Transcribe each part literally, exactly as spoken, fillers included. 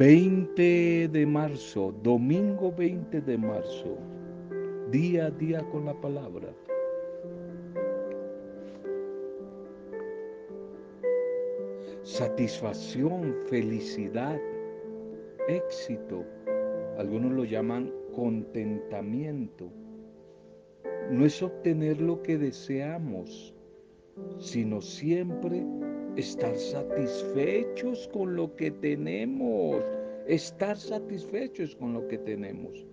veinte de marzo, domingo veinte de marzo, día a día con la palabra. Satisfacción, felicidad, éxito. Algunos lo llaman contentamiento. No es obtener lo que deseamos, sino siempre estar satisfechos con lo que tenemos. Estar satisfechos con lo que tenemos.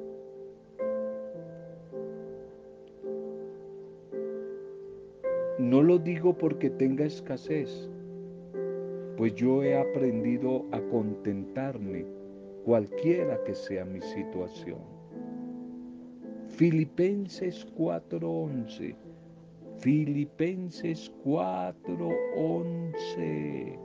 No lo digo porque tenga escasez, pues yo he aprendido a contentarme cualquiera que sea mi situación. Filipenses cuatro once. Filipenses cuatro once.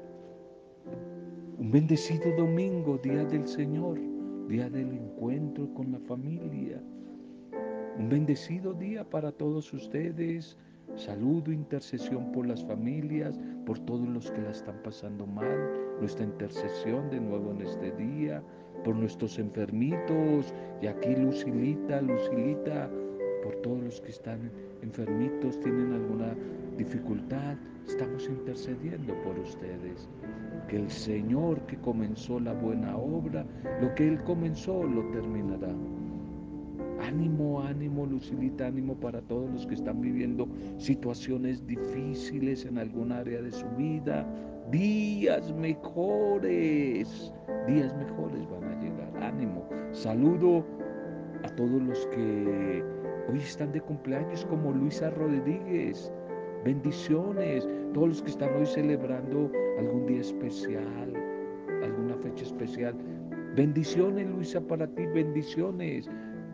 Un bendecido domingo, día del Señor, día del encuentro con la familia. Un bendecido día para todos ustedes. Saludo, intercesión por las familias, por todos los que la están pasando mal. Nuestra intercesión de nuevo en este día, por nuestros enfermitos. Y aquí Lucilita, Lucilita, por todos los que están enfermitos, tienen alguna dificultad. Estamos intercediendo por ustedes. Que el Señor que comenzó la buena obra, lo que Él comenzó lo terminará. Ánimo, ánimo, Lucilita, ánimo para todos los que están viviendo situaciones difíciles en algún área de su vida. Días mejores, días mejores van a llegar. Ánimo. Saludo a todos los que hoy están de cumpleaños, como Luisa Rodríguez. Bendiciones. Todos los que están hoy celebrando algún día especial, alguna fecha especial. Bendiciones, Luisa, para ti. Bendiciones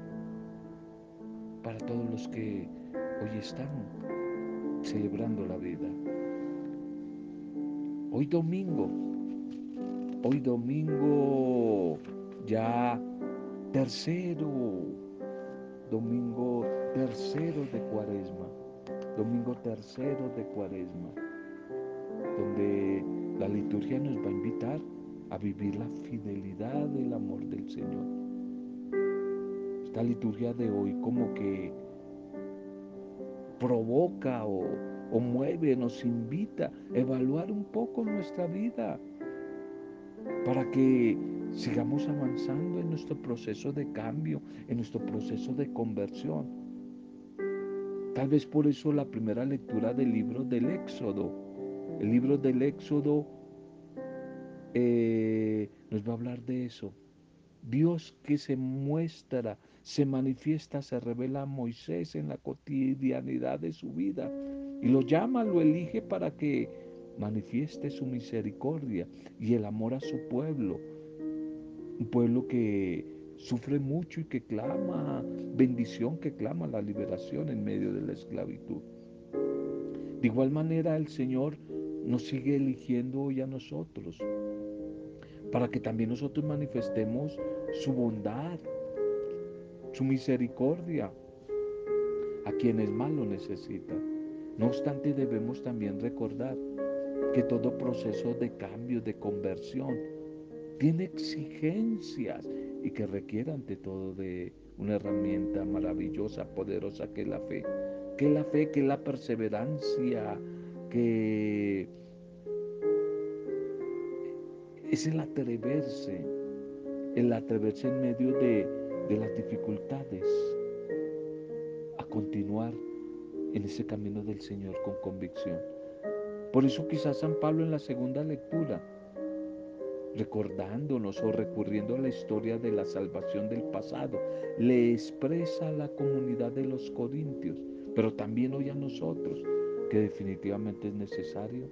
para todos los que hoy están celebrando la vida. Hoy domingo, hoy domingo ya tercero, domingo tercero de Cuaresma, domingo tercero de Cuaresma, donde la liturgia nos va a invitar a vivir la fidelidad del amor del Señor. Esta liturgia de hoy como que provoca o, o mueve, nos invita a evaluar un poco nuestra vida para que sigamos avanzando en nuestro proceso de cambio, en nuestro proceso de conversión. Tal vez por eso la primera lectura del libro del Éxodo, el libro del Éxodo eh, nos va a hablar de eso. Dios que se muestra, se manifiesta, se revela a Moisés en la cotidianidad de su vida y lo llama, lo elige para que manifieste su misericordia y el amor a su pueblo, un pueblo que sufre mucho y que clama bendición, que clama la liberación en medio de la esclavitud. De igual manera el Señor nos sigue eligiendo hoy a nosotros para que también nosotros manifestemos su bondad, su misericordia a quienes más lo necesitan. No obstante, debemos también recordar que todo proceso de cambio, de conversión, tiene exigencias y que requiere ante todo de una herramienta maravillosa, poderosa, que es la fe. Que es la fe, que es la perseverancia, que es el atreverse, el atreverse en medio de, de las dificultades a continuar en ese camino del Señor con convicción. Por eso quizás San Pablo en la segunda lectura, recordándonos o recurriendo a la historia de la salvación del pasado, le expresa a la comunidad de los corintios, pero también hoy a nosotros, que definitivamente es necesario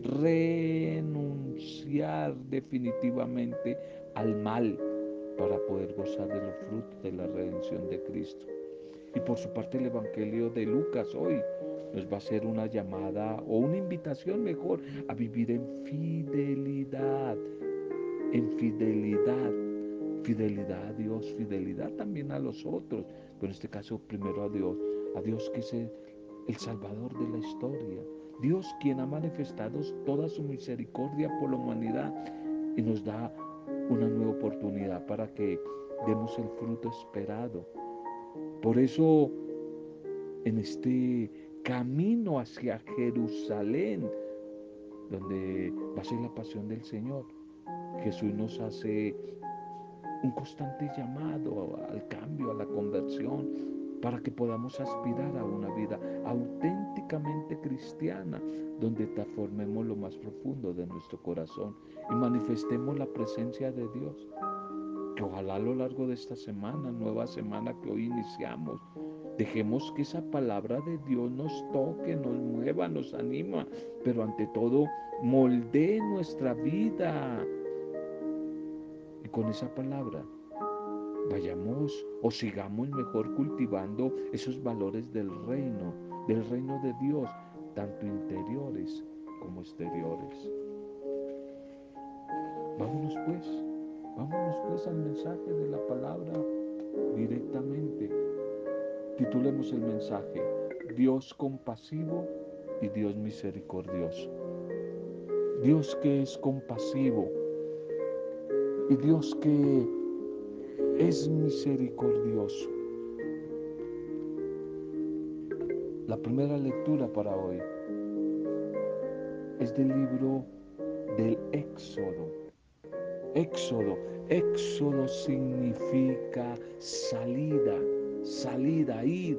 renunciar definitivamente al mal para poder gozar de los frutos de la redención de Cristo. Y por su parte el Evangelio de Lucas hoy nos va a hacer una llamada o una invitación mejor a vivir en fidelidad, en fidelidad, fidelidad a Dios, fidelidad también a los otros, pero en este caso primero a Dios, a Dios que es el, el Salvador de la historia, Dios quien ha manifestado toda su misericordia por la humanidad y nos da una nueva oportunidad para que demos el fruto esperado. Por eso, en este camino hacia Jerusalén, donde va a ser la pasión del Señor, Jesús nos hace un constante llamado al cambio, a la conversión, para que podamos aspirar a una vida auténticamente cristiana, donde transformemos lo más profundo de nuestro corazón y manifestemos la presencia de Dios. Que ojalá a lo largo de esta semana, nueva semana que hoy iniciamos, dejemos que esa palabra de Dios nos toque, nos mueva, nos anima, pero ante todo moldee nuestra vida. Y con esa palabra vayamos o sigamos mejor cultivando esos valores del reino, del reino de Dios, tanto interiores como exteriores. Vámonos pues, vámonos pues al mensaje de la palabra directamente. Titulemos el mensaje: Dios compasivo y Dios misericordioso. Dios que es compasivo y Dios que es misericordioso. La primera lectura para hoy es del libro del Éxodo. Éxodo, Éxodo significa salida, salida, ir.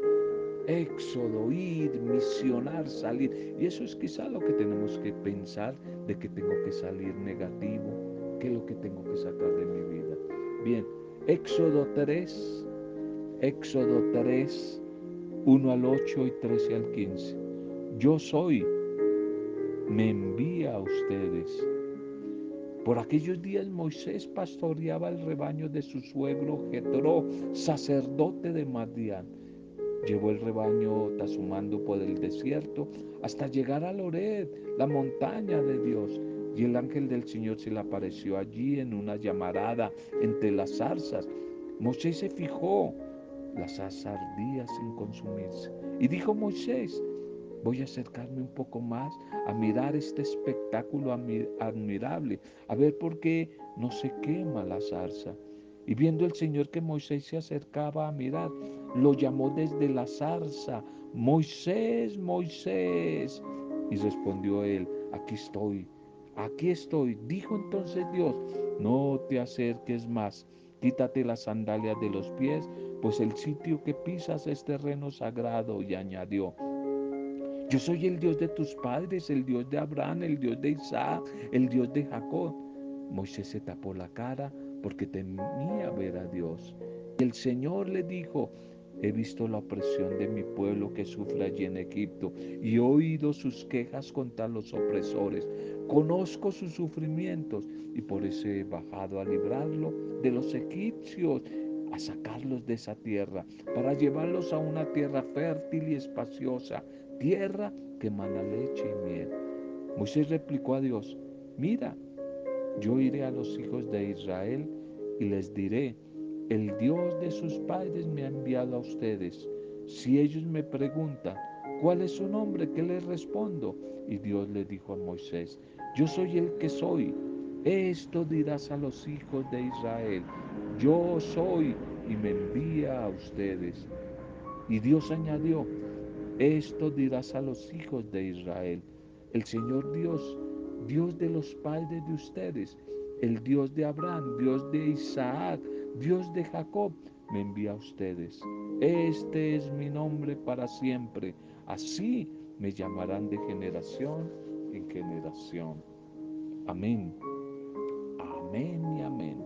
Éxodo, ir, misionar, salir. Y eso es quizá lo que tenemos que pensar, de que tengo que salir negativo, que es lo que tengo que sacar de mi vida. Bien, Éxodo tres, Éxodo tres, uno al ocho y trece al quince. Yo soy, me envía a ustedes. Por aquellos días Moisés pastoreaba el rebaño de su suegro Jetro, sacerdote de Madián. Llevó el rebaño tazumando por el desierto hasta llegar a Horeb, la montaña de Dios. Y el ángel del Señor se le apareció allí en una llamarada entre las zarzas. Moisés se fijó, la zarza ardía sin consumirse. Y dijo Moisés: voy a acercarme un poco más a mirar este espectáculo admirable, a ver por qué no se quema la zarza. Y viendo el Señor que Moisés se acercaba a mirar, lo llamó desde la zarza: Moisés, Moisés. Y respondió él: aquí estoy, aquí estoy. Dijo entonces Dios: no te acerques más, quítate las sandalias de los pies, pues el sitio que pisas es terreno sagrado. Y añadió: yo soy el Dios de tus padres, el Dios de Abraham, el Dios de Isaac, el Dios de Jacob. Moisés se tapó la cara porque temía ver a Dios. Y el Señor le dijo: he visto la opresión de mi pueblo que sufre allí en Egipto y he oído sus quejas contra los opresores. Conozco sus sufrimientos y por eso he bajado a librarlo de los egipcios, a sacarlos de esa tierra, para llevarlos a una tierra fértil y espaciosa, tierra que mana leche y miel. Moisés replicó a Dios: mira, yo iré a los hijos de Israel y les diré: el Dios de sus padres me ha enviado a ustedes. Si ellos me preguntan: ¿cuál es su nombre?, ¿qué les respondo? Y Dios le dijo a Moisés: yo soy el que soy. Esto dirás a los hijos de Israel: yo soy y me envía a ustedes. Y Dios añadió: esto dirás a los hijos de Israel: el Señor Dios, Dios de los padres de ustedes, el Dios de Abraham, Dios de Isaac, Dios de Jacob, me envía a ustedes. Este es mi nombre para siempre. Así me llamarán de generación en generación. Amén. Amén y amén.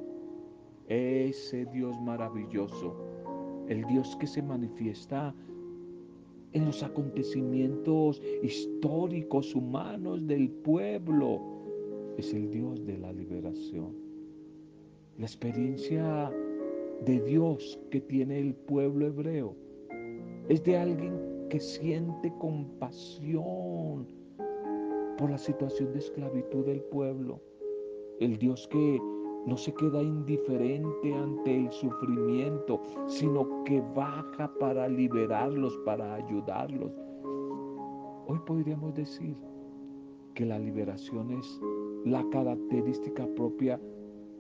Ese Dios maravilloso, el Dios que se manifiesta en los acontecimientos históricos, humanos del pueblo, es el Dios de la liberación. La experiencia de Dios que tiene el pueblo hebreo es de alguien que siente compasión por la situación de esclavitud del pueblo. El Dios que no se queda indiferente ante el sufrimiento, sino que baja para liberarlos, para ayudarlos. Hoy podríamos decir que la liberación es la característica propia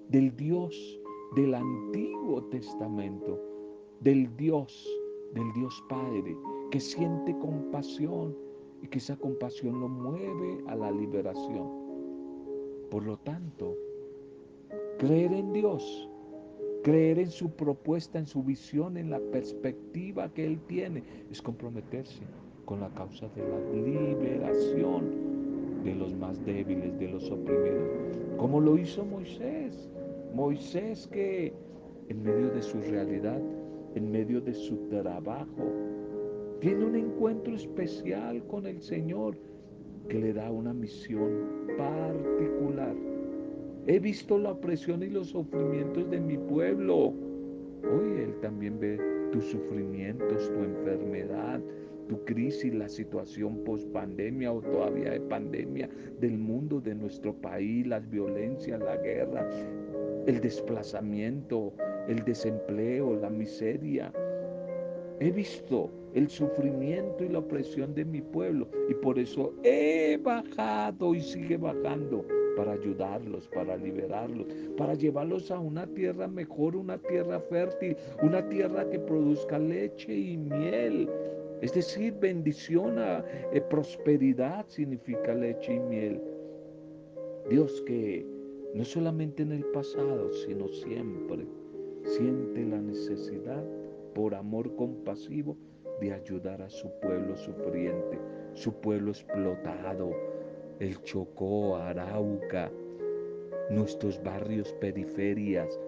del Dios del Antiguo Testamento, del Dios, del Dios Padre, que siente compasión y que esa compasión lo mueve a la liberación. Por lo tanto, creer en Dios, creer en su propuesta, en su visión, en la perspectiva que Él tiene, es comprometerse con la causa de la liberación de los más débiles, de los oprimidos, como lo hizo Moisés. Moisés que en medio de su realidad, en medio de su trabajo, tiene un encuentro especial con el Señor que le da una misión particular. He visto la opresión y los sufrimientos de mi pueblo. Hoy Él también ve tus sufrimientos, tu enfermedad, tu crisis, la situación post pandemia o todavía de pandemia del mundo, de nuestro país, las violencias, la guerra, el desplazamiento, el desempleo, la miseria. He visto el sufrimiento y la opresión de mi pueblo y por eso he bajado y sigue bajando para ayudarlos, para liberarlos, para llevarlos a una tierra mejor, una tierra fértil, una tierra que produzca leche y miel. Es decir, bendición, a, eh, prosperidad significa leche y miel. Dios que no solamente en el pasado, sino siempre siente la necesidad, por amor compasivo, de ayudar a su pueblo sufriente, su pueblo explotado, el Chocó, Arauca, nuestros barrios, periferias.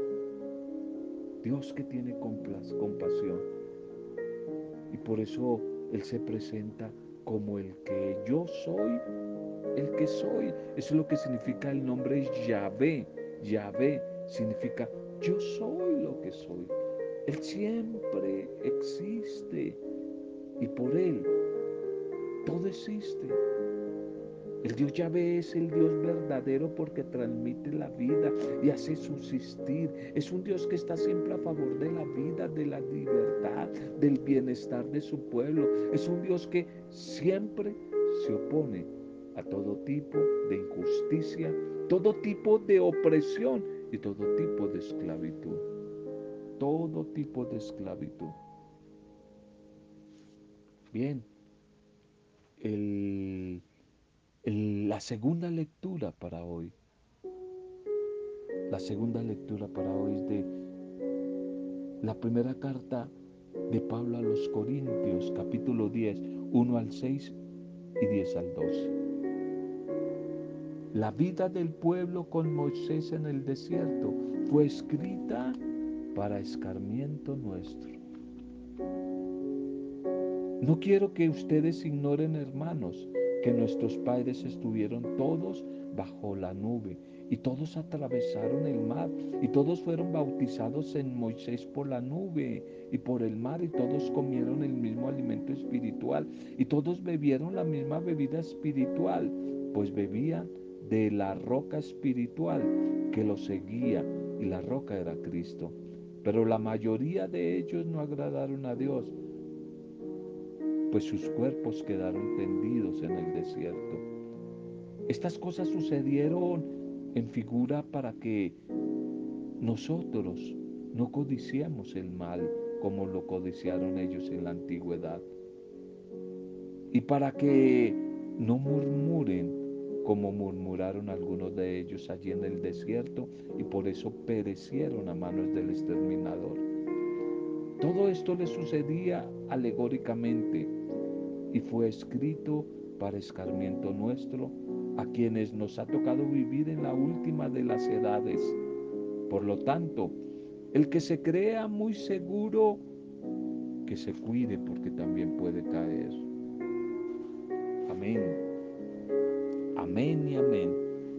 Dios que tiene compasión y por eso Él se presenta como el que yo soy, el que soy. Eso es lo que significa el nombre Yahvé. Yahvé significa yo soy lo que soy. Él siempre existe y por Él todo existe. El Dios Yahvé es el Dios verdadero porque transmite la vida y hace subsistir. Es un Dios que está siempre a favor de la vida, de la libertad, del bienestar de su pueblo. Es un Dios que siempre se opone a todo tipo de injusticia, todo tipo de opresión y todo tipo de esclavitud. Todo tipo de esclavitud. Bien, el, el, la segunda lectura para hoy, la segunda lectura para hoy es de la primera carta de Pablo a los Corintios, capítulo diez, uno al seis y diez al doce. La vida del pueblo con Moisés en el desierto fue escrita para escarmiento nuestro. No quiero que ustedes ignoren, hermanos, que nuestros padres estuvieron todos bajo la nube y todos atravesaron el mar y todos fueron bautizados en Moisés por la nube y por el mar y todos comieron el mismo alimento espiritual y todos bebieron la misma bebida espiritual, pues bebían de la roca espiritual que los seguía y la roca era Cristo. Pero la mayoría de ellos no agradaron a Dios, pues sus cuerpos quedaron tendidos en el desierto. Estas cosas sucedieron en figura para que nosotros no codiciemos el mal como lo codiciaron ellos en la antigüedad. Y para que no murmuren como murmuraron algunos de ellos allí en el desierto y por eso perecieron a manos del exterminador. Todo esto le sucedía alegóricamente y fue escrito para escarmiento nuestro, a quienes nos ha tocado vivir en la última de las edades. Por lo tanto, el que se crea muy seguro, que se cuide porque también puede caer. Amén. Amén y amén.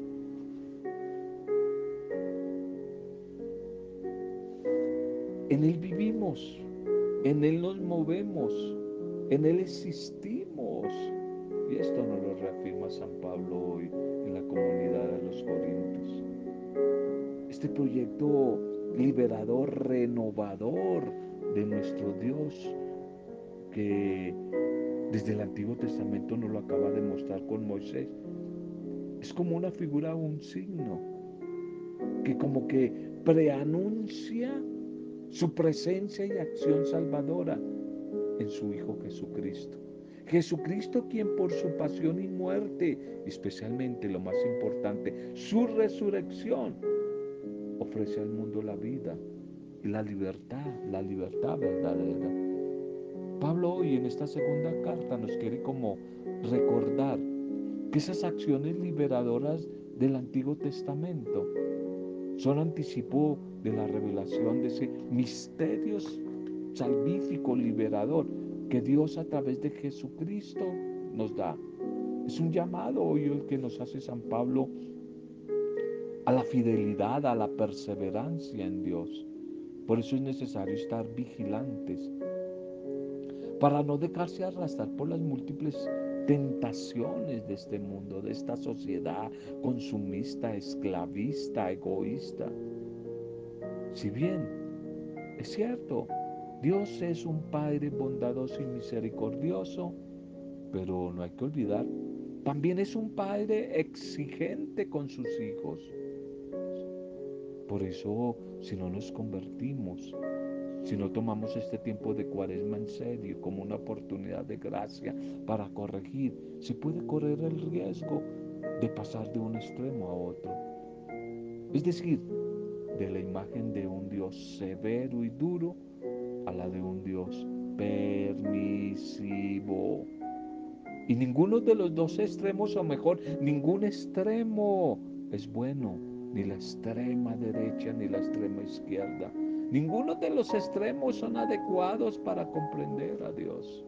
En Él vivimos, en Él nos movemos, en Él existimos. Y esto nos lo reafirma San Pablo hoy en la comunidad de los Corintios. Este proyecto liberador, renovador de nuestro Dios, que desde el Antiguo Testamento nos lo acaba de mostrar con Moisés, es como una figura, un signo que como que preanuncia su presencia y acción salvadora en su Hijo Jesucristo. Jesucristo quien por su pasión y muerte, especialmente lo más importante, su resurrección, ofrece al mundo la vida y la libertad, la libertad verdadera. Pablo hoy en esta segunda carta nos quiere como recordar que esas acciones liberadoras del Antiguo Testamento son anticipo de la revelación de ese misterio salvífico liberador que Dios a través de Jesucristo nos da. Es un llamado hoy el que nos hace San Pablo a la fidelidad, a la perseverancia en Dios. Por eso es necesario estar vigilantes para no dejarse arrastrar por las múltiples tentaciones de este mundo, de esta sociedad consumista, esclavista, egoísta. Si bien es cierto, Dios es un Padre bondadoso y misericordioso, pero no hay que olvidar, también es un Padre exigente con sus hijos. Por eso, si no nos convertimos, si no tomamos este tiempo de Cuaresma en serio como una oportunidad de gracia para corregir, se puede correr el riesgo de pasar de un extremo a otro. Es decir, de la imagen de un Dios severo y duro a la de un Dios permisivo. Y ninguno de los dos extremos, o mejor, ningún extremo es bueno, ni la extrema derecha ni la extrema izquierda. Ninguno de los extremos son adecuados para comprender a Dios.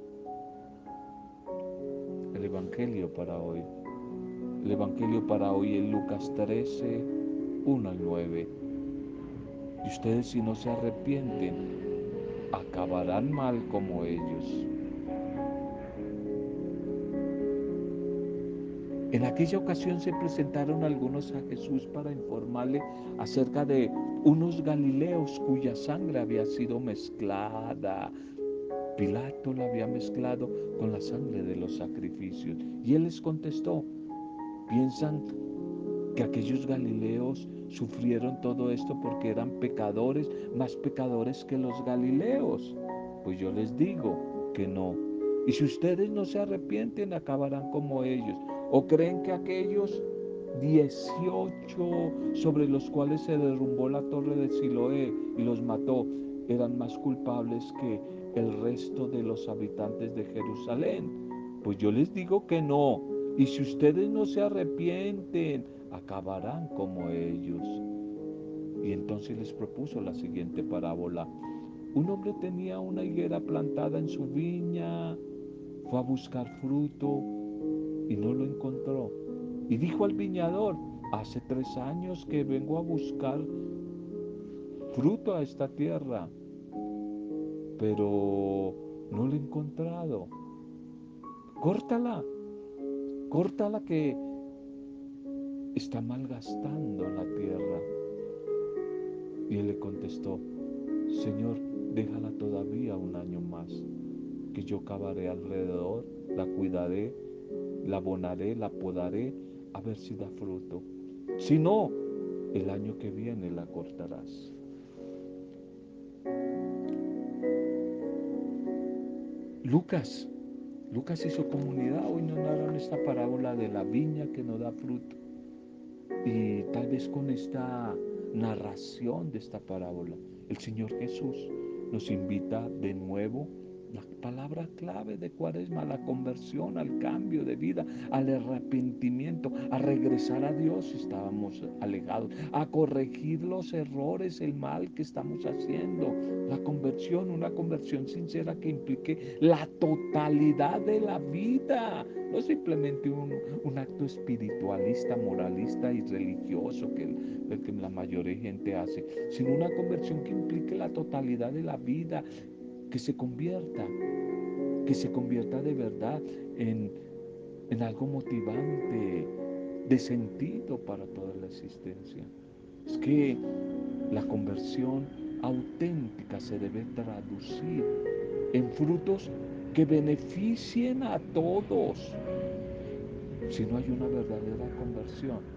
El Evangelio para hoy. El Evangelio para hoy es Lucas trece, uno al nueve. Y ustedes, si no se arrepienten, acabarán mal como ellos. En aquella ocasión se presentaron algunos a Jesús para informarle acerca de unos galileos cuya sangre había sido mezclada. Pilato la había mezclado con la sangre de los sacrificios. Y él les contestó, ¿piensan que aquellos galileos sufrieron todo esto porque eran pecadores, más pecadores que los galileos? Pues yo les digo que no. Y si ustedes no se arrepienten, acabarán como ellos. ¿O creen que aquellos dieciocho sobre los cuales se derrumbó la torre de Siloé y los mató eran más culpables que el resto de los habitantes de Jerusalén? Pues yo les digo que no. Y si ustedes no se arrepienten, acabarán como ellos. Y entonces les propuso la siguiente parábola. Un hombre tenía una higuera plantada en su viña, fue a buscar fruto y no lo encontró. Y dijo al viñador, hace tres años que vengo a buscar fruto a esta tierra, pero no lo he encontrado. Córtala, córtala que está malgastando la tierra. Y él le contestó, Señor, déjala todavía un año más, que yo cavaré alrededor, la cuidaré, la abonaré, la podaré, a ver si da fruto. Si no, el año que viene la cortarás. Lucas, Lucas y su comunidad hoy nos narran esta parábola de la viña que no da fruto. Y tal vez con esta narración de esta parábola, el Señor Jesús nos invita de nuevo, la palabra clave de Cuaresma, a la conversión, al cambio de vida, al arrepentimiento, a regresar a Dios si estábamos alejados, a corregir los errores, el mal que estamos haciendo. La conversión, una conversión sincera que implique la totalidad de la vida, no simplemente un, un acto espiritualista, moralista y religioso que, el que la mayoría de gente hace, sino una conversión que implique la totalidad de la vida, que se convierta, que se convierta de verdad en, en algo motivante, de sentido para toda la existencia. Es que la conversión auténtica se debe traducir en frutos que beneficien a todos. Si no hay una verdadera conversión,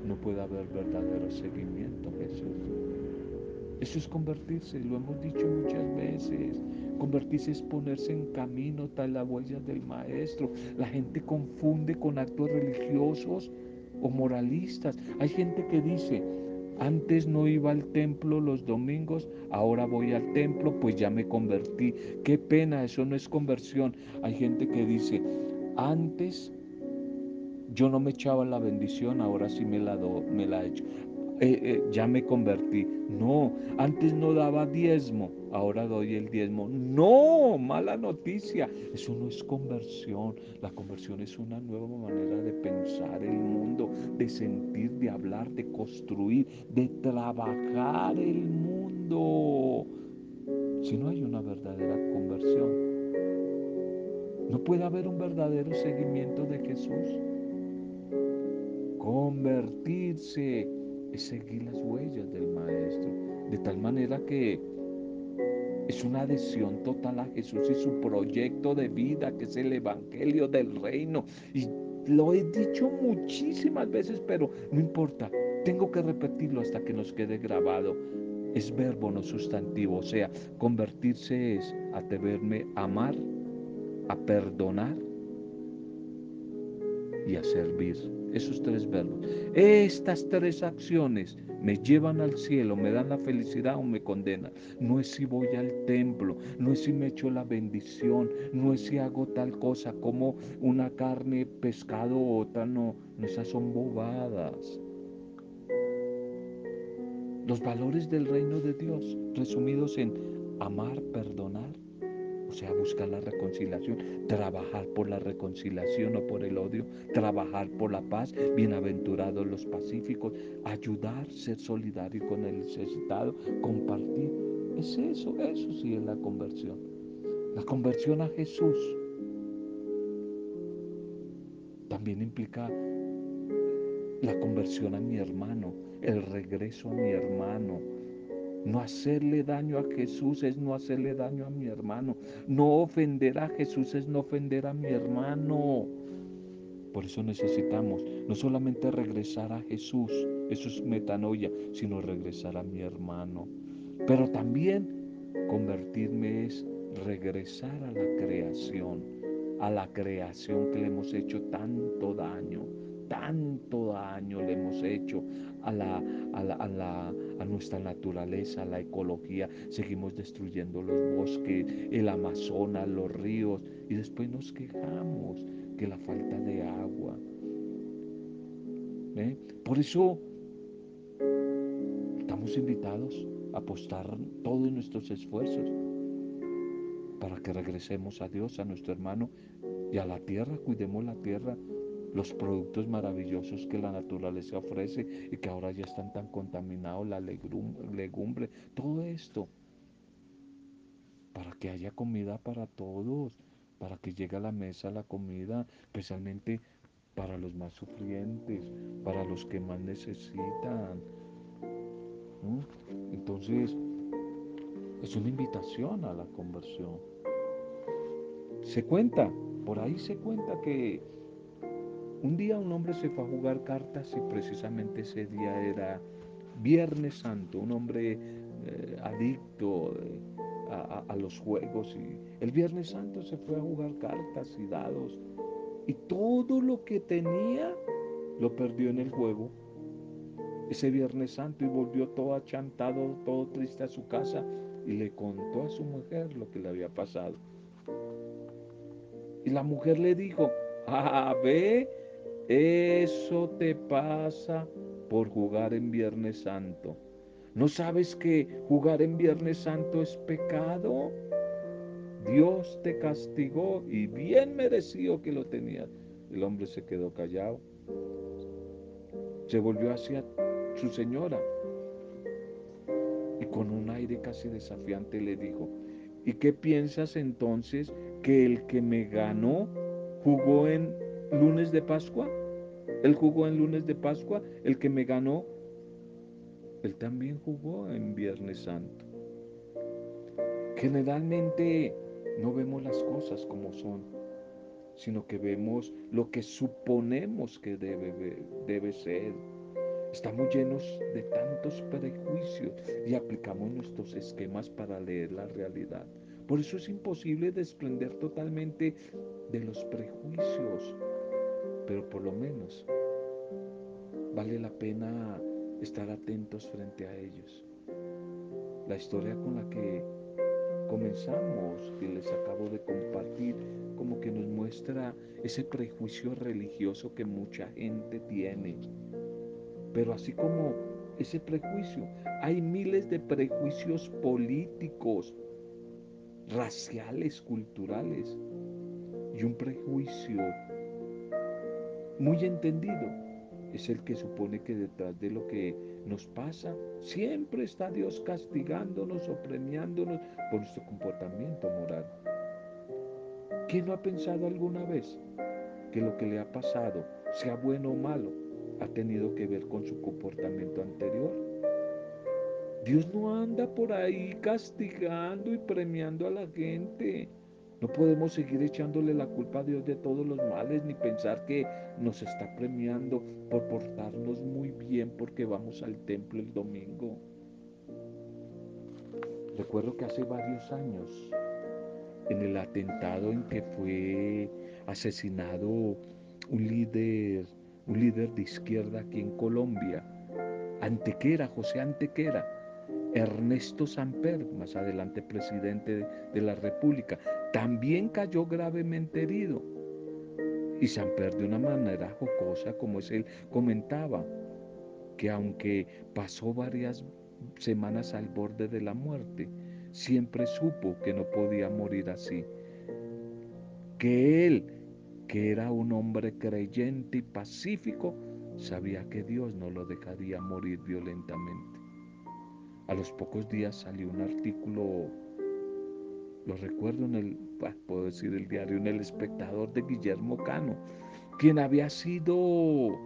no puede haber verdadero seguimiento, Jesús. Eso es convertirse, lo hemos dicho muchas veces. Convertirse es ponerse en camino tras las huellas del Maestro. La gente confunde con actos religiosos o moralistas. Hay gente que dice, antes no iba al templo los domingos, ahora voy al templo, pues ya me convertí. Qué pena, eso no es conversión. Hay gente que dice, antes yo no me echaba la bendición, ahora sí me la, do, me la echo. Eh, eh, ya me convertí. No, antes no daba diezmo, ahora doy el diezmo. No, mala noticia. Eso no es conversión. La conversión es una nueva manera de pensar el mundo, de sentir, de hablar, de construir, de trabajar el mundo. Si no hay una verdadera conversión, no puede haber un verdadero seguimiento de Jesús. Convertirse es seguir las huellas del Maestro, de tal manera que es una adhesión total a Jesús y su proyecto de vida, que es el Evangelio del Reino. Y lo he dicho muchísimas veces, pero no importa, tengo que repetirlo hasta que nos quede grabado. Es verbo, no sustantivo, o sea, convertirse es atreverme a amar, a perdonar y a servir. Esos tres verbos. Estas tres acciones me llevan al cielo, me dan la felicidad o me condenan. No es si voy al templo, no es si me echo la bendición, no es si hago tal cosa como una carne, pescado o otra, no, no, esas son bobadas. Los valores del reino de Dios, resumidos en amar, perdonar, o sea, buscar la reconciliación, trabajar por la reconciliación, no por el odio, trabajar por la paz, bienaventurados los pacíficos, ayudar, ser solidario con el necesitado, compartir. Es eso, eso sí es la conversión. La conversión a Jesús también implica la conversión a mi hermano, el regreso a mi hermano. No hacerle daño a Jesús es no hacerle daño a mi hermano. No ofender a Jesús es no ofender a mi hermano. Por eso necesitamos no solamente regresar a Jesús, eso es metanoia, sino regresar a mi hermano. Pero también convertirme es regresar a la creación, a la creación que le hemos hecho tanto daño, tanto daño le hemos hecho a, la, a, la, a, la, a nuestra naturaleza, a la ecología. Seguimos destruyendo los bosques, el Amazonas, los ríos, y después nos quejamos que la falta de agua. ¿eh? Por eso estamos invitados a apostar todos nuestros esfuerzos para que regresemos a Dios, a nuestro hermano y a la tierra. Cuidemos la tierra, los productos maravillosos que la naturaleza ofrece y que ahora ya están tan contaminados, la legumbre, todo esto, para que haya comida para todos, para que llegue a la mesa la comida, especialmente para los más sufrientes, para los que más necesitan. ¿no? Entonces, es una invitación a la conversión. Se cuenta, por ahí se cuenta que un día un hombre se fue a jugar cartas y precisamente ese día era Viernes Santo, un hombre eh, adicto eh, a, a, a los juegos, y el Viernes Santo se fue a jugar cartas y dados y todo lo que tenía lo perdió en el juego ese Viernes Santo, y volvió todo achantado, todo triste a su casa y le contó a su mujer lo que le había pasado. Y la mujer le dijo, ah, ve, eso te pasa por jugar en Viernes Santo. ¿No sabes que jugar en Viernes Santo es pecado? Dios te castigó y bien merecido que lo tenías. El hombre se quedó callado. Se volvió hacia su señora y con un aire casi desafiante le dijo, ¿y qué piensas entonces que el que me ganó jugó en lunes de Pascua? Él jugó en lunes de Pascua, el que me ganó, él también jugó en Viernes Santo. Generalmente no vemos las cosas como son, sino que vemos lo que suponemos que debe, debe ser. Estamos llenos de tantos prejuicios y aplicamos nuestros esquemas para leer la realidad. Por eso es imposible desprender totalmente de los prejuicios, pero por lo menos vale la pena estar atentos frente a ellos. La historia con la que comenzamos, que les acabo de compartir, como que nos muestra ese prejuicio religioso que mucha gente tiene. Pero así como ese prejuicio, hay miles de prejuicios políticos, raciales, culturales. Y un prejuicio muy entendido es el que supone que detrás de lo que nos pasa siempre está Dios castigándonos o premiándonos por nuestro comportamiento moral. ¿Quién no ha pensado alguna vez que lo que le ha pasado, sea bueno o malo, ha tenido que ver con su comportamiento anterior? Dios no anda por ahí castigando y premiando a la gente. No podemos seguir echándole la culpa a Dios de todos los males, ni pensar que nos está premiando por portarnos muy bien porque vamos al templo el domingo. Recuerdo que hace varios años, en el atentado en que fue asesinado un líder, un líder de izquierda aquí en Colombia, Antequera, José Antequera, Ernesto Samper, más adelante presidente de, de la República, también cayó gravemente herido. Y Samper, de una manera jocosa, como es él comentaba, que aunque pasó varias semanas al borde de la muerte, siempre supo que no podía morir así, que él, que era un hombre creyente y pacífico, sabía que Dios no lo dejaría morir violentamente. A los pocos días salió un artículo, lo recuerdo en el, puedo decir el diario, en El Espectador, de Guillermo Cano, quien había sido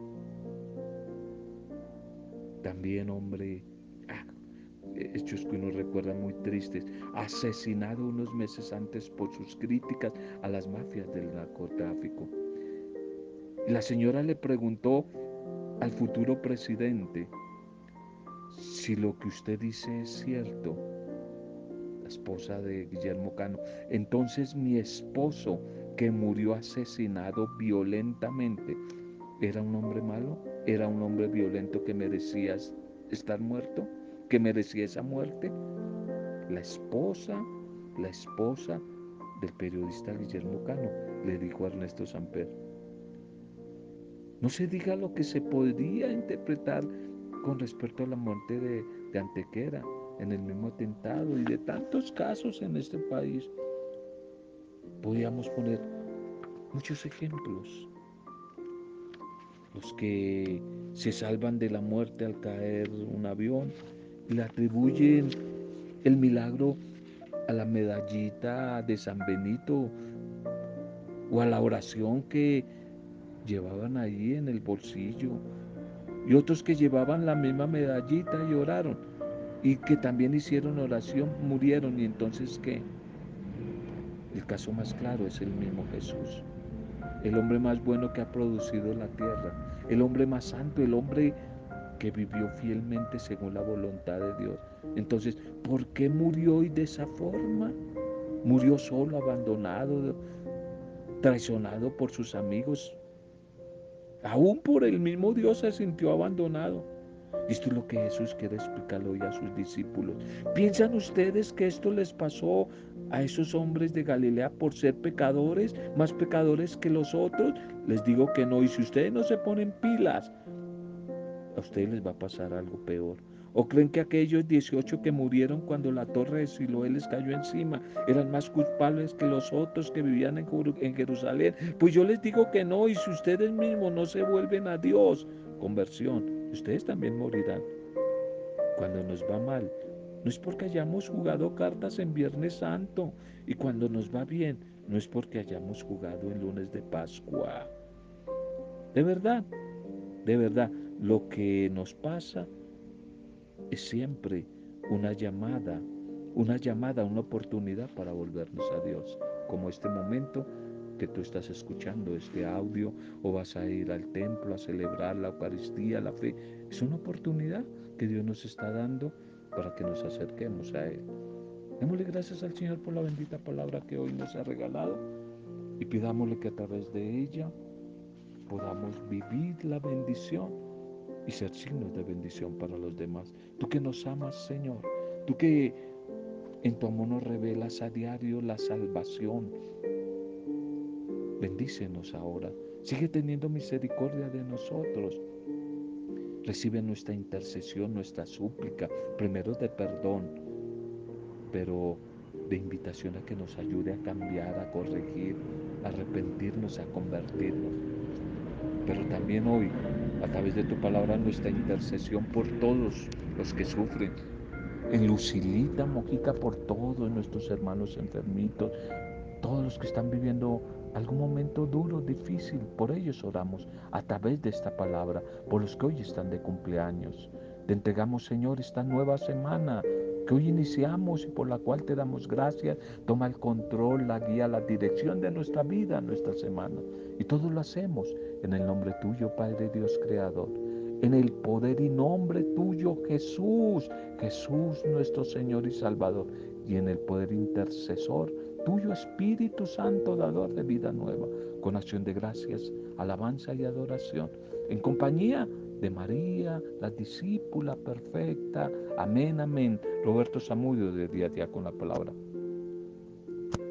también hombre, ah, hechos que uno recuerda muy tristes, asesinado unos meses antes por sus críticas a las mafias del narcotráfico. Y la señora le preguntó al futuro presidente si lo que usted dice es cierto, la esposa de Guillermo Cano. Entonces mi esposo, que murió asesinado violentamente, ¿era un hombre malo? ¿Era un hombre violento que merecía estar muerto? ¿Que merecía esa muerte? La esposa, la esposa del periodista Guillermo Cano le dijo a Ernesto Samper. No se diga lo que se podría interpretar con respecto a la muerte de, de Antequera en el mismo atentado y de tantos casos en este país. Podríamos poner muchos ejemplos. Los que se salvan de la muerte al caer un avión y le atribuyen el milagro a la medallita de San Benito o a la oración que llevaban ahí en el bolsillo, y otros que llevaban la misma medallita y oraron, y que también hicieron oración, murieron. Y entonces, ¿qué? El caso más claro es el mismo Jesús, el hombre más bueno que ha producido la tierra, el hombre más santo, el hombre que vivió fielmente según la voluntad de Dios. Entonces, ¿por qué murió y de esa forma? Murió solo, abandonado, traicionado por sus amigos. Aún por el mismo Dios se sintió abandonado. Y esto es lo que Jesús quiere explicarle hoy a sus discípulos. ¿Piensan ustedes que esto les pasó a esos hombres de Galilea por ser pecadores, más pecadores que los otros? Les digo que no. Y si ustedes no se ponen pilas, a ustedes les va a pasar algo peor. ¿O creen que aquellos dieciocho que murieron cuando la torre de Siloé les cayó encima eran más culpables que los otros que vivían en Jerusalén? Pues yo les digo que no, y si ustedes mismos no se vuelven a Dios, conversión, ustedes también morirán. Cuando nos va mal, no es porque hayamos jugado cartas en Viernes Santo, y cuando nos va bien, no es porque hayamos jugado en lunes de Pascua. De verdad, de verdad, lo que nos pasa es siempre una llamada, una llamada, una oportunidad para volvernos a Dios, como este momento que tú estás escuchando este audio o vas a ir al templo a celebrar la Eucaristía, la fe. Es una oportunidad que Dios nos está dando para que nos acerquemos a Él. Démosle gracias al Señor por la bendita palabra que hoy nos ha regalado y pidámosle que a través de ella podamos vivir la bendición y ser signos de bendición para los demás. Tú que nos amas, Señor, tú que en tu amor nos revelas a diario la salvación, bendícenos ahora. Sigue teniendo misericordia de nosotros. Recibe nuestra intercesión, nuestra súplica, primero de perdón, pero de invitación a que nos ayude a cambiar, a corregir, a arrepentirnos, a convertirnos. Pero también hoy, a través de tu palabra, nuestra intercesión por todos los que sufren. En Lucilita, Mojica, por todos nuestros hermanos enfermitos, todos los que están viviendo algún momento duro, difícil, por ellos oramos a través de esta palabra, por los que hoy están de cumpleaños. Te entregamos, Señor, esta nueva semana que hoy iniciamos y por la cual te damos gracias. Toma el control, la guía, la dirección de nuestra vida, nuestra semana. Y todo lo hacemos en el nombre tuyo, Padre Dios Creador. En el poder y nombre tuyo, Jesús, Jesús nuestro Señor y Salvador. Y en el poder intercesor tuyo, Espíritu Santo, dador de vida nueva, con acción de gracias, alabanza y adoración, en compañía de María, la discípula perfecta. Amén, amén. Roberto Zamudio, de Día a Día con la Palabra.